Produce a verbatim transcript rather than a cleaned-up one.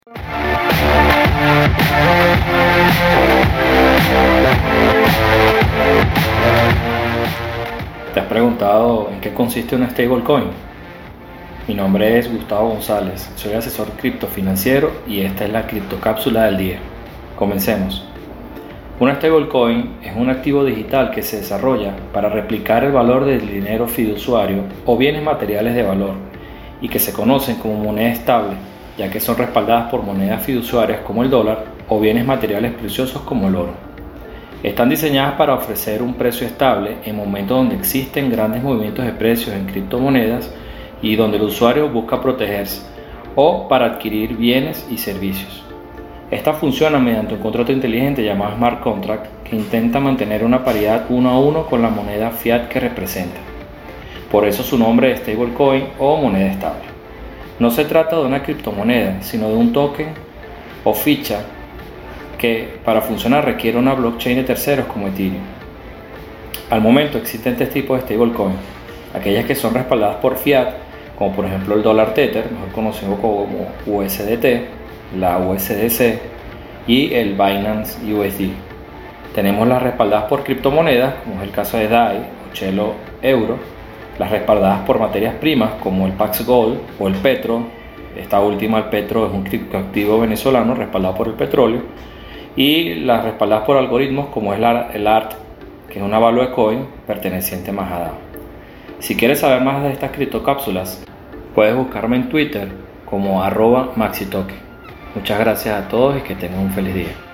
¿Te has preguntado en qué consiste una stablecoin? Mi nombre es Gustavo González, soy asesor criptofinanciero y esta es la criptocápsula del día. Comencemos. Una stablecoin es un activo digital que se desarrolla para replicar el valor del dinero fiduciario o bienes materiales de valor y que se conocen como moneda estable, ya que son respaldadas por monedas fiduciarias como el dólar o bienes materiales preciosos como el oro. Están diseñadas para ofrecer un precio estable en momentos donde existen grandes movimientos de precios en criptomonedas y donde el usuario busca protegerse, o para adquirir bienes y servicios. Esta funciona mediante un contrato inteligente llamado Smart Contract que intenta mantener una paridad uno a uno con la moneda fiat que representa. Por eso su nombre es stablecoin o moneda estable. No se trata de una criptomoneda, sino de un token o ficha que para funcionar requiere una blockchain de terceros como Ethereum. Al momento existen tres tipos de stablecoin: aquellas que son respaldadas por fiat, como por ejemplo el dólar Tether, mejor conocido como U S D T, la U S D C y el Binance U S D. Tenemos las respaldadas por criptomonedas, como es el caso de D A I o Celo Euro, las respaldadas por materias primas como el Pax Gold o el Petro. Esta última, el Petro, es un criptoactivo venezolano respaldado por el petróleo, y las respaldadas por algoritmos como es la, el A R T, que es una value coin perteneciente más a DAO. Si quieres saber más de estas criptocápsulas, puedes buscarme en Twitter como arroba maxitoque. Muchas gracias a todos y que tengan un feliz día.